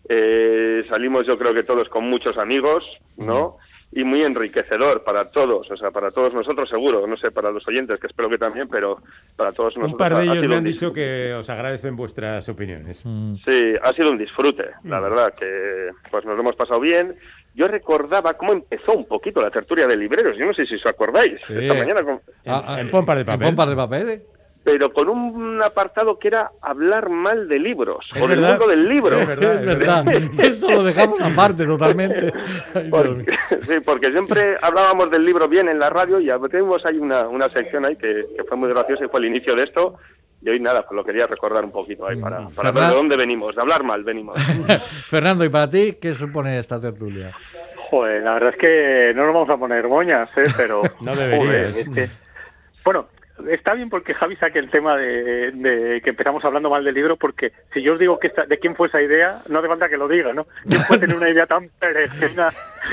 eh, salimos yo creo que todos con muchos amigos, ¿no? Y muy enriquecedor para todos, o sea, para todos nosotros seguro, no sé, para los oyentes, que espero que también, pero para todos nosotros. Un par de ellos me han un dicho que os agradecen vuestras opiniones. Sí, ha sido un disfrute, la verdad, que pues nos lo hemos pasado bien. Yo recordaba cómo empezó un poquito la tertulia de libreros, yo no sé si os acordáis, sí. esta mañana con... En, en pompas de papel. En pompas de papel, ¿eh? Pero con un apartado que era hablar mal de libros, es o del verdad, mundo del libro. Es verdad, es verdad. Eso lo dejamos aparte totalmente. Porque, sí, porque siempre hablábamos del libro bien en la radio y tuvimos ahí una, una sección ahí que, que fue muy graciosa y fue el inicio de esto. Y hoy nada, pues lo quería recordar un poquito ahí para, para ver de dónde venimos, de hablar mal venimos. Fernando, ¿y para ti qué supone esta tertulia? Joder, la verdad es que no nos vamos a poner moñas, ¿eh? Pero... No deberías. Joder, es que... Bueno... Está bien porque Javi saque el tema de, de que empezamos hablando mal del libro, porque si yo os digo que esta, de quién fue esa idea, no hace falta que lo diga, ¿no? ¿Quién puede tener una idea tan peregrina?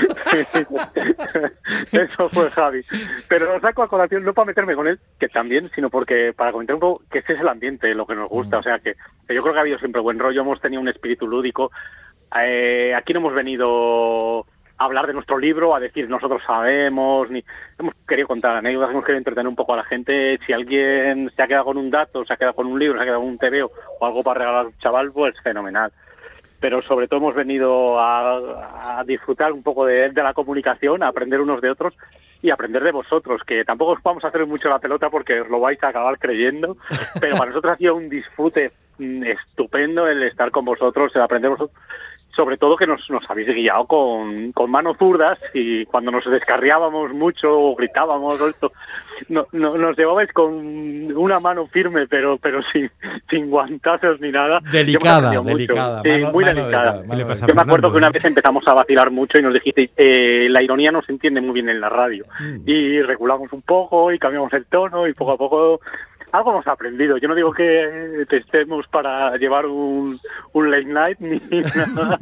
Eso fue Javi. Pero lo saco a colación no para meterme con él, que también, sino porque para comentar un poco que este es el ambiente, lo que nos gusta. O sea, que, que yo creo que ha habido siempre buen rollo, hemos tenido un espíritu lúdico. Eh, aquí no hemos venido... hablar de nuestro libro, a decir nosotros sabemos, ni hemos querido contar anécdotas, hemos querido entretener un poco a la gente. Si alguien se ha quedado con un dato, se ha quedado con un libro, se ha quedado con un tebeo o algo para regalar a un chaval, pues fenomenal. Pero sobre todo hemos venido a, a disfrutar un poco de, de la comunicación, a aprender unos de otros y aprender de vosotros, que tampoco os vamos a hacer mucho la pelota porque os lo vais a acabar creyendo, pero para nosotros ha sido un disfrute estupendo el estar con vosotros, el aprender vosotros. Sobre todo que nos, nos habéis guiado con, con manos zurdas y cuando nos descarriábamos mucho o gritábamos o esto, no, no, nos llevabais con una mano firme pero pero sin, sin guantazos ni nada. Delicada, delicada. Sí, mano, muy mano delicada. delicada. Le pasa Yo me acuerdo Fernando, que una ¿eh? vez empezamos a vacilar mucho y nos dijisteis, eh, la ironía no se entiende muy bien en la radio. Mm. Y regulamos un poco y cambiamos el tono y poco a poco... algo hemos aprendido. Yo no digo que te estemos para llevar un, un late night ni nada.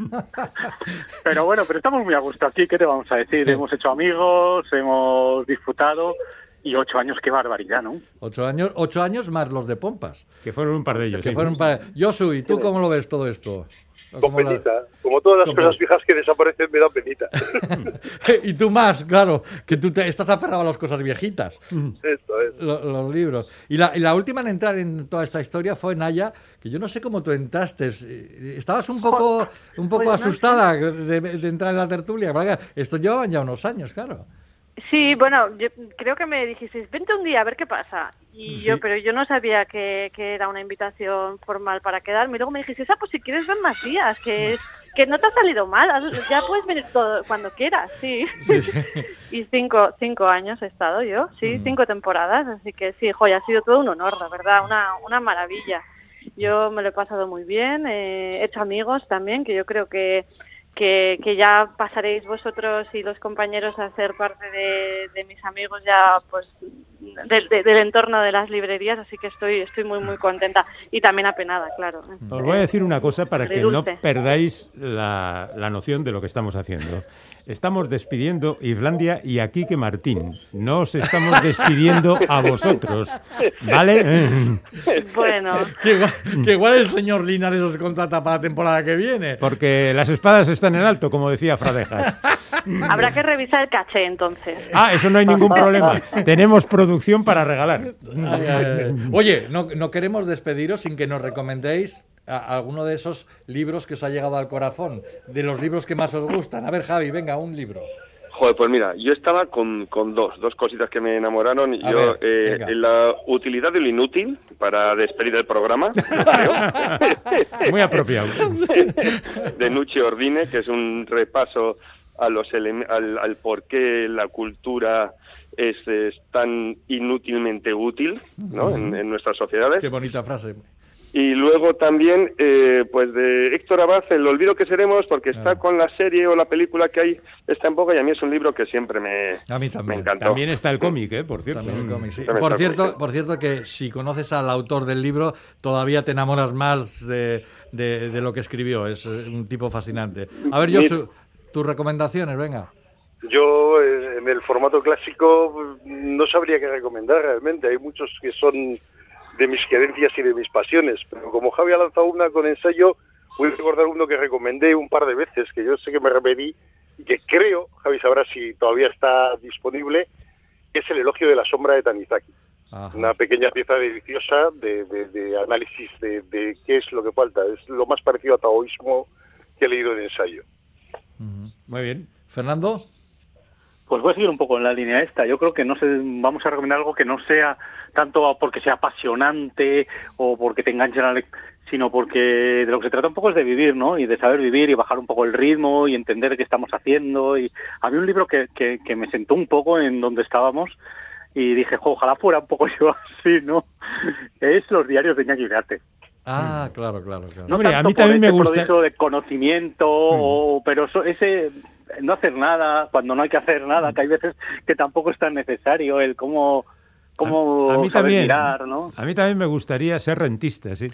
Pero bueno, pero estamos muy a gusto aquí. ¿Qué te vamos a decir? Hemos hecho amigos, hemos disfrutado. Y ocho años, qué barbaridad, ¿no? Ocho años, ocho años más los de Pompas. Que fueron un par de ellos. Que sí. fueron un par... Josu, ¿y tú cómo lo ves todo esto? Con penita. La... Como todas las Con cosas viejas que desaparecen me dan penita. Y tú más, claro, que tú te estás aferrado a las cosas viejitas. Esto es. Los, los libros. Y la, y la última en entrar en toda esta historia fue Naya, que yo no sé cómo tú entraste. Estabas un poco, un poco Pues no asustada de, de entrar en la tertulia. Esto llevaban ya unos años, claro. Sí, bueno, yo creo que me dijisteis, vente un día a ver qué pasa. Y Sí. yo, pero yo no sabía que, que era una invitación formal para quedarme. Y luego me dijisteis, ah, pues si quieres ven más días, que, que no te ha salido mal, ya puedes venir todo cuando quieras, sí. Sí, sí. Y cinco, cinco años he estado yo, sí, Mm. cinco temporadas, así que sí, joya, ha sido todo un honor, la verdad, una, una maravilla. Yo me lo he pasado muy bien, eh, he hecho amigos también, que yo creo que Que, que ya pasaréis vosotros y los compañeros a ser parte de, de mis amigos ya pues de, de, del entorno de las librerías, así que estoy estoy muy muy contenta y también apenada, claro. Os voy a decir una cosa para que no Agridulce. perdáis la, la noción de lo que estamos haciendo. Estamos despidiendo Islandia y a Quique Martín. No os estamos despidiendo a vosotros, ¿vale? Bueno, Que igual, que igual el señor Linares os contrata para la temporada que viene. Porque las espadas están en alto, como decía Fradejas. habrá que revisar el caché entonces. Ah, eso no hay ningún problema. Tenemos producción para regalar. Ay, ay, ay. Oye, no, no queremos despediros sin que nos recomendéis a- alguno de esos libros que os ha llegado al corazón, de los libros que más os gustan. A ver, Javi, venga, un libro. Joder, pues mira, yo estaba con, con dos, dos cositas que me enamoraron. A Yo, ver, eh, venga. en la utilidad de lo inútil, para despedir el programa, creo, Muy apropiado. de Nucci Ordine, que es un repaso a los elem- al, al por qué la cultura es, es tan inútilmente útil, ¿no? en, en nuestras sociedades. Qué bonita frase. Y luego también, eh, pues de Héctor Abad, El olvido que seremos, porque está Ah. con la serie o la película que hay, está en boga, y a mí es un libro que siempre me, A mí me también. encantó. También está el cómic, ¿eh? Por cierto. También el cómic, sí. También Por está el cierto, cómic. por cierto que si conoces al autor del libro, todavía te enamoras más de, de, de lo que escribió. Es eh, un tipo fascinante. A ver, Mi- Josu, tus recomendaciones, venga. Yo, eh, en el formato clásico, no sabría qué recomendar realmente. Hay muchos que son de mis creencias y de mis pasiones, pero como Javi ha lanzado una con ensayo, voy a recordar uno que recomendé un par de veces, que yo sé que me repetí y que creo, Javi sabrá si todavía está disponible, que es El elogio de la sombra de Tanizaki. Ajá. Una pequeña pieza deliciosa de, de, de análisis de, de qué es lo que falta. Es lo más parecido a taoísmo que he leído en ensayo. Ujú. Muy bien. Fernando. Pues voy a seguir un poco en la línea esta. Yo creo que no sé, vamos a recomendar algo que no sea tanto porque sea apasionante o porque te enganche la lec- sino porque de lo que se trata un poco es de vivir, ¿no? Y de saber vivir y bajar un poco el ritmo y entender qué estamos haciendo. Y había un libro que, que, que me sentó un poco en donde estábamos y dije, jo, ojalá fuera un poco yo así, ¿no? Es Los diarios de Iñaki Ugarte. Ah, claro, claro, claro. No Hombre, a tanto mí también por me ese gusta- proceso de conocimiento, o- pero eso- ese no hacer nada cuando no hay que hacer nada, que hay veces que tampoco es tan necesario el cómo, cómo a, a mí saber también, mirar, ¿no? a mí también me gustaría ser rentista, sí.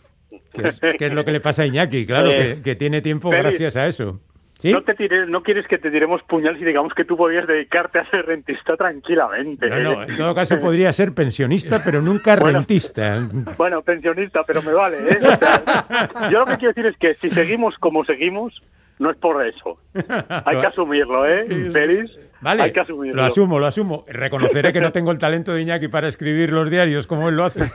Que es, que es lo que le pasa a Iñaki, claro, Eh, que, que tiene tiempo Félix, gracias a eso. ¿Sí? No te tires, no quieres que te tiremos puñales y digamos que tú podías dedicarte a ser rentista tranquilamente. No, no, en todo caso podría ser pensionista, pero nunca Bueno. rentista. Bueno, pensionista, pero me vale, ¿eh? O sea, yo lo que quiero decir es que si seguimos como seguimos, no es por eso. Hay que asumirlo, ¿eh? Félix, Vale, hay que asumirlo. lo asumo, lo asumo. Reconoceré que no tengo el talento de Iñaki para escribir los diarios como él lo hace.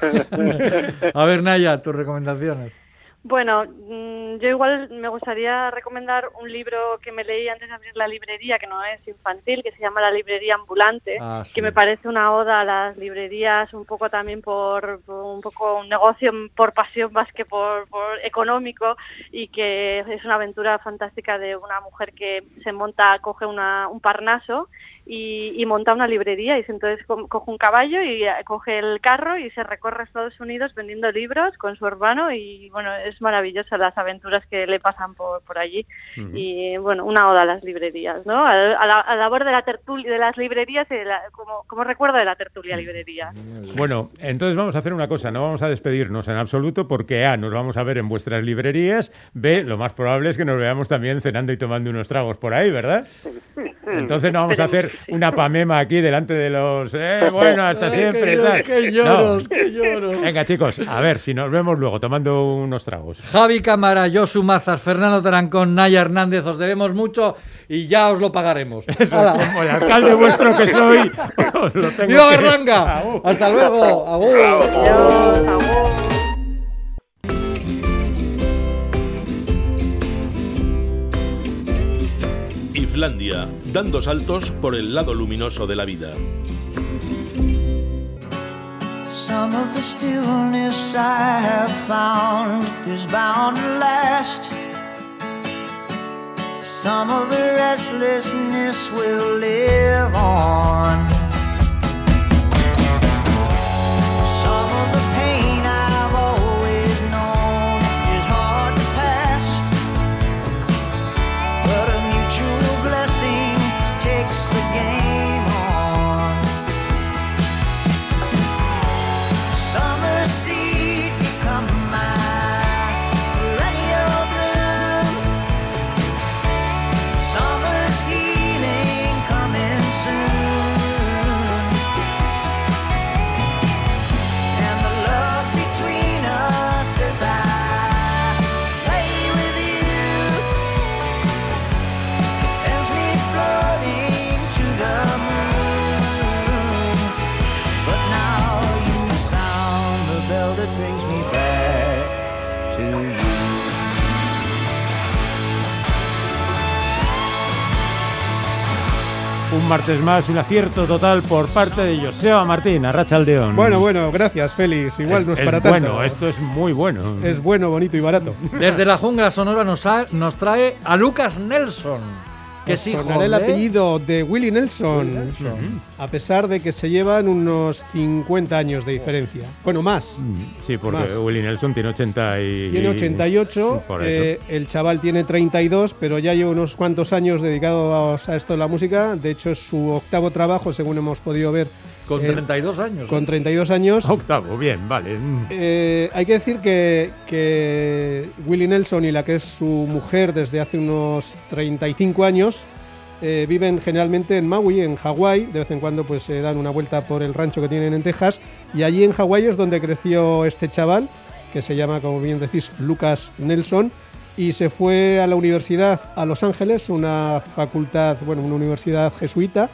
A ver, Naya, tus recomendaciones. Bueno, mm, yo igual me gustaría recomendar un libro que me leí antes de abrir la librería, que no es infantil, que se llama La librería ambulante, Ah, sí. que me parece una oda a las librerías, un poco también por, por un poco un negocio por pasión más que por, por económico, y que es una aventura fantástica de una mujer que se monta, coge una, un parnaso y, y monta una librería, y entonces co- coge un caballo y eh, coge el carro y se recorre Estados Unidos vendiendo libros con su hermano, y bueno, es maravillosa las aventuras que le pasan por, por allí. Uh-huh. Y bueno, una oda a las librerías, ¿no? A, a la a labor de la tertulia, de las librerías, y de la, como, como recuerdo de la tertulia librería. Bueno, entonces vamos a hacer una cosa, no vamos a despedirnos en absoluto, porque A, nos vamos a ver en vuestras librerías, B, lo más probable es que nos veamos también cenando y tomando unos tragos por ahí, ¿verdad? Entonces no vamos a hacer una pamema aquí delante de los... Eh, bueno, hasta siempre. ¡Qué, tal. qué lloros, no. qué lloros! Venga, chicos, a ver si nos vemos luego tomando unos tragos. Javi Cámara, Josu Mazas, Fernando Tarancón, Naya Hernández, os debemos mucho y ya os lo pagaremos. Eso, como el alcalde vuestro que soy, os lo tengo. ¡Viva que... Berlanga! ¡Hasta luego! ¡Agur! Adiós, agur. Islandia, dando saltos por el lado luminoso de la vida. Some of the stillness I have found is bound to last. Some of the restlessness will live on. Some of the pain I've always known is hard to pass, but a mutual blessing takes the game on. Summer seed become my perennial bloom. Summer's healing coming soon. And the love between us as I play with you, it sends me floating to the moon. But now you sound the bell that brings me back to you. Un martes más, un acierto total por parte de Joseba Martín, Arratsaldeon. Bueno, bueno, gracias, Félix. Igual no es, es para tanto. Bueno, esto es muy bueno. Es bueno, bonito y barato. Desde la jungla sonora nos, ha, nos trae a Lucas Nelson, que Os es hijo sonará el de... apellido de Willie Nelson, Willie Nelson. a pesar de que se llevan unos cincuenta años de diferencia. Bueno, más. Sí, porque Más. Willie Nelson tiene ochenta y... Tiene ochenta y ocho, Por eso. eh, el chaval tiene treinta y dos, pero ya lleva unos cuantos años dedicados a esto de la música. De hecho, es su octavo trabajo, según hemos podido ver. Con eh, treinta y dos años. Con treinta y dos años. Octavo, bien, vale. Eh, hay que decir que, que Willie Nelson y la que es su mujer desde hace unos treinta y cinco años eh, viven generalmente en Maui, en Hawái. De vez en cuando pues se dan una vuelta por el rancho que tienen en Texas, y allí en Hawái es donde creció este chaval, que se llama, como bien decís, Lucas Nelson, y se fue a la universidad a Los Ángeles, una facultad, bueno, una universidad jesuita,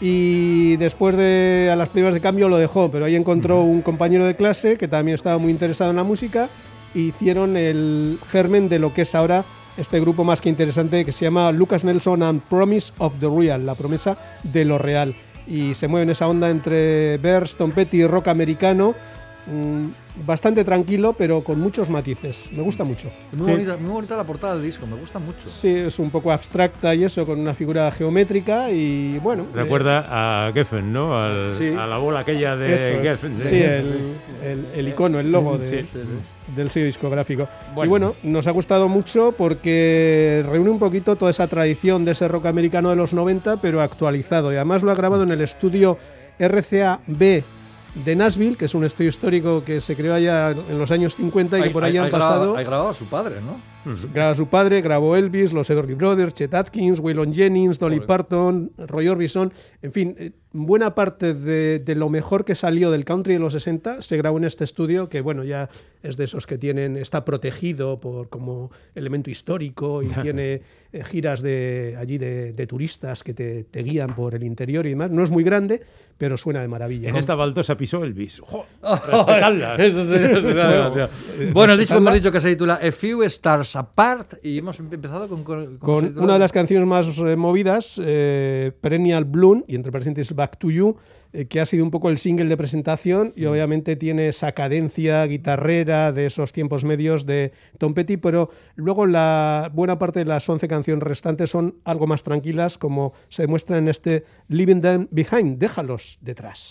y después de a las pruebas de cambio lo dejó, pero ahí encontró un compañero de clase que también estaba muy interesado en la música, e hicieron el germen de lo que es ahora este grupo más que interesante, que se llama Lucas Nelson and Promise of the Real, la promesa de lo real, y se mueve en esa onda entre verse, trompeta y rock americano, mmm, bastante tranquilo, pero con muchos matices. Me gusta mucho. Muy, Sí. bonita, muy bonita la portada del disco, me gusta mucho. Sí, es un poco abstracta y eso, con una figura geométrica y bueno. Recuerda a Geffen, ¿no? Al, Sí. A la bola aquella de Eso es, Geffen. sí, el, el, el icono, el logo de, Sí, sí, del sello discográfico. Bueno. Y bueno, nos ha gustado mucho porque reúne un poquito toda esa tradición de ese rock americano de los noventa, pero actualizado. Y además lo ha grabado en el estudio R C A B de Nashville, que es un estudio histórico que se creó allá en los años cincuenta y que por ahí han pasado... Hay grabado a su padre, ¿no? Graba a su padre, grabó Elvis, los Everly Brothers, Chet Atkins, Waylon Jennings, Dolly Joder. Parton, Roy Orbison, en fin, eh, buena parte de, de lo mejor que salió del country de los sesenta se grabó en este estudio, que bueno, ya es de esos que tienen, está protegido por como elemento histórico y tiene eh, giras de allí de, de turistas que te, te guían por el interior y demás. No es muy grande, pero suena de maravilla. En esta baldosa pisó Elvis. ¡Jo! Oh, Respetadla. eso sería, eso sería demasiado. eh, Bueno, el disco respetadla. hemos dicho que se titula A Few Stars Apart y hemos empezado con... Con, con una de las canciones más eh, movidas, eh, Perennial Bloom, y entre paréntesis Back to You, eh, que ha sido un poco el single de presentación y obviamente tiene esa cadencia guitarrera de esos tiempos medios de Tom Petty, pero luego la buena parte de las once canciones restantes son algo más tranquilas, como se demuestra en este Leaving Them Behind, déjalos detrás.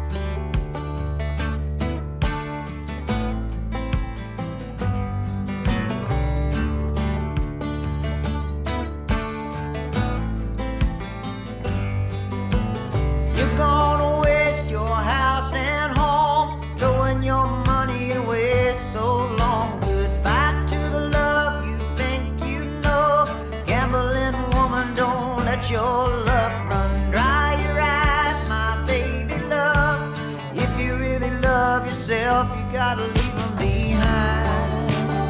Your love run dry your eyes, my baby love. If you really love yourself, you gotta leave them behind.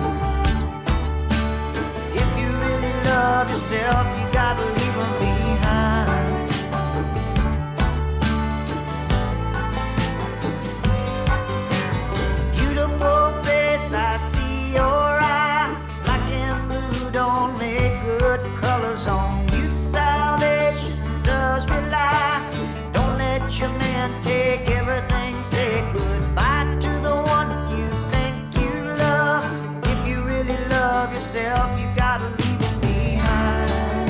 If you really love yourself, you gotta leave them behind. Beautiful face, I see your eye. Black and blue don't make good colors on you. Salvation does rely. Don't let your man take everything. Say goodbye to the one you think you love. If you really love yourself, you gotta leave him behind.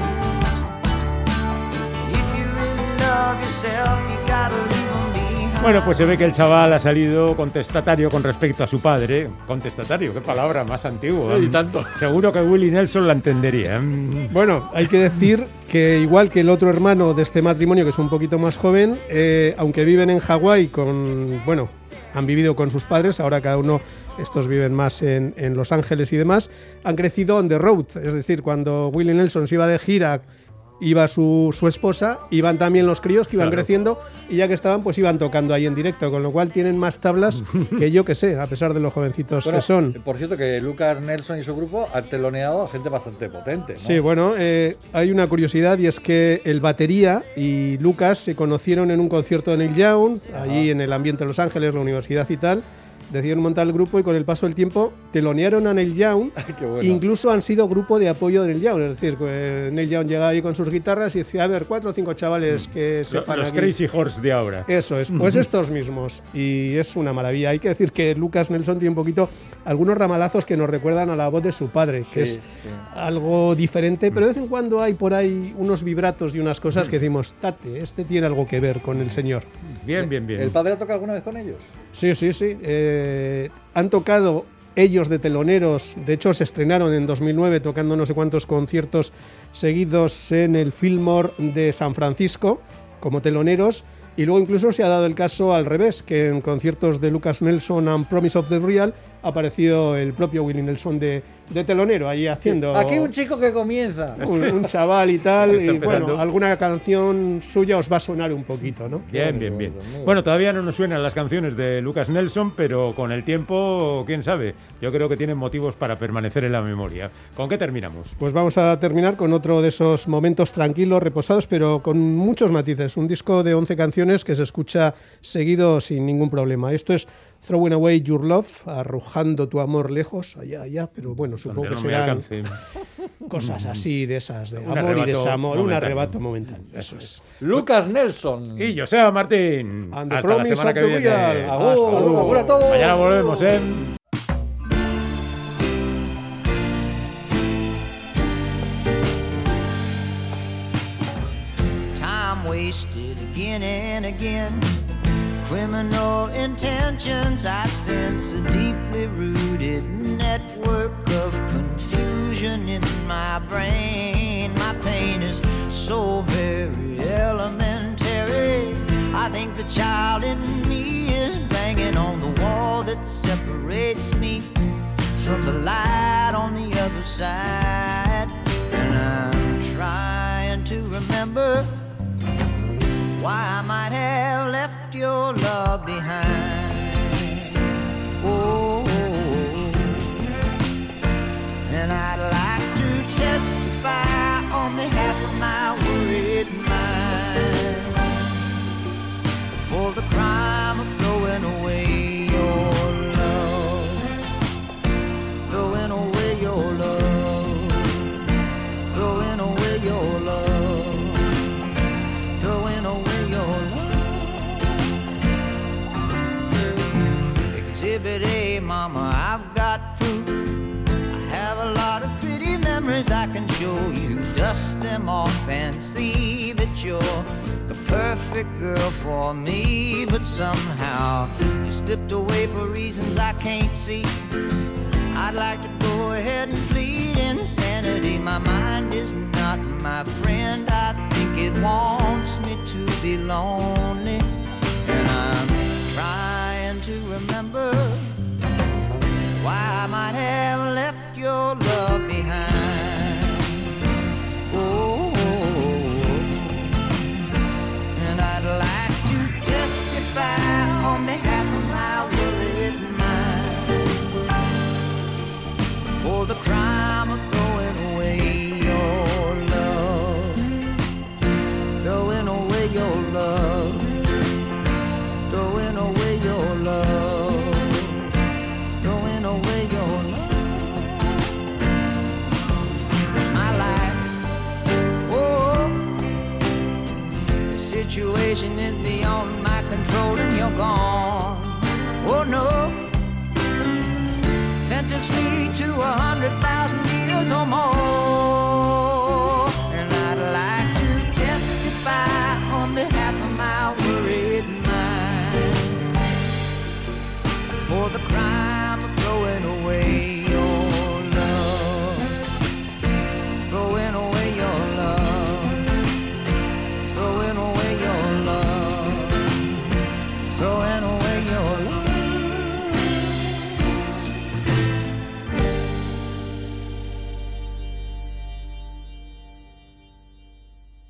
If you really love yourself, you gotta leave him behind. Bueno, pues se ve que el chaval ha salido contestatario con respecto a su padre. Contestatario, qué palabra más antigua. Y tanto. Seguro que Willie Nelson la entendería. Bueno, hay que decir que igual que el otro hermano de este matrimonio, que es un poquito más joven, eh, aunque viven en Hawái con, bueno, han vivido con sus padres, ahora cada uno, estos viven más en, en Los Ángeles y demás, han crecido on the road. Es decir, cuando Willie Nelson se iba de gira, iba su, su esposa, iban también los críos que iban claro. creciendo, y ya que estaban, pues iban tocando ahí en directo, con lo cual tienen más tablas que yo que sé, a pesar de los jovencitos bueno, que son. Por cierto, que Lucas Nelson y su grupo han teloneado a gente bastante potente, ¿no? Sí, bueno, eh, hay una curiosidad, y es que el batería y Lucas se conocieron en un concierto de Neil Young, Ajá. allí en el ambiente de Los Ángeles, la universidad y tal. Decidieron montar el grupo y con el paso del tiempo telonearon a Neil Young. Qué bueno. Incluso han sido grupo de apoyo de Neil Young. Es decir, que Neil Young llegaba ahí con sus guitarras y decía, a ver, cuatro o cinco chavales que se Los aquí. Crazy Horse de ahora. Eso es, pues estos mismos. Y es una maravilla. Hay que decir que Lucas Nelson tiene un poquito algunos ramalazos que nos recuerdan a la voz de su padre, que sí, es sí. algo diferente, pero de vez en cuando hay por ahí unos vibratos y unas cosas que decimos, tate, este tiene algo que ver con el señor. Bien, bien, bien. ¿El padre ha tocado alguna vez con ellos? Sí, sí, sí. Eh, han tocado ellos de teloneros. De hecho, se estrenaron en dos mil nueve tocando no sé cuántos conciertos seguidos en el Fillmore de San Francisco como teloneros. Y luego incluso se ha dado el caso al revés, que en conciertos de Lucas Nelson and Promise of the Real ha aparecido el propio Willie Nelson de, de telonero, ahí haciendo... Aquí un chico que comienza. Un, un chaval y tal, y bueno, alguna canción suya os va a sonar un poquito, ¿no? Bien, bien, bien. Bueno, todavía no nos suenan las canciones de Lucas Nelson, pero con el tiempo, quién sabe, yo creo que tienen motivos para permanecer en la memoria. ¿Con qué terminamos? Pues vamos a terminar con otro de esos momentos tranquilos, reposados, pero con muchos matices. Un disco de once canciones que se escucha seguido sin ningún problema. Esto es Throwing Away Your Love, arrojando tu amor lejos, allá, allá, pero bueno, supongo que no serán cosas así, de esas, de un amor y desamor, momentáneo. Un arrebato momentáneo. Eso es. Lucas Nelson. Y Joseba Martín. Hasta la semana que viene. Hasta luego. Agur a todos. Mañana volvemos, ¿eh? Time wasted again and again. Criminal intentions, I sense a deeply rooted network of confusion in my brain. My pain is so very elementary. I think the child in me is banging on the wall that separates me from the light on the other side. And I'm trying to remember why I might have left your love behind. Oh, and I'd like to testify on behalf of my worried mind for the crime of throwing away your love, throwing away your love. exhibit A, mama, I've got proof. I have a lot of pretty memories I can show you. Dust them off and see that you're the perfect girl for me. But somehow you slipped away for reasons I can't see. I'd like to go ahead and plead insanity. My mind is not my friend. I think it wants me to be lonely.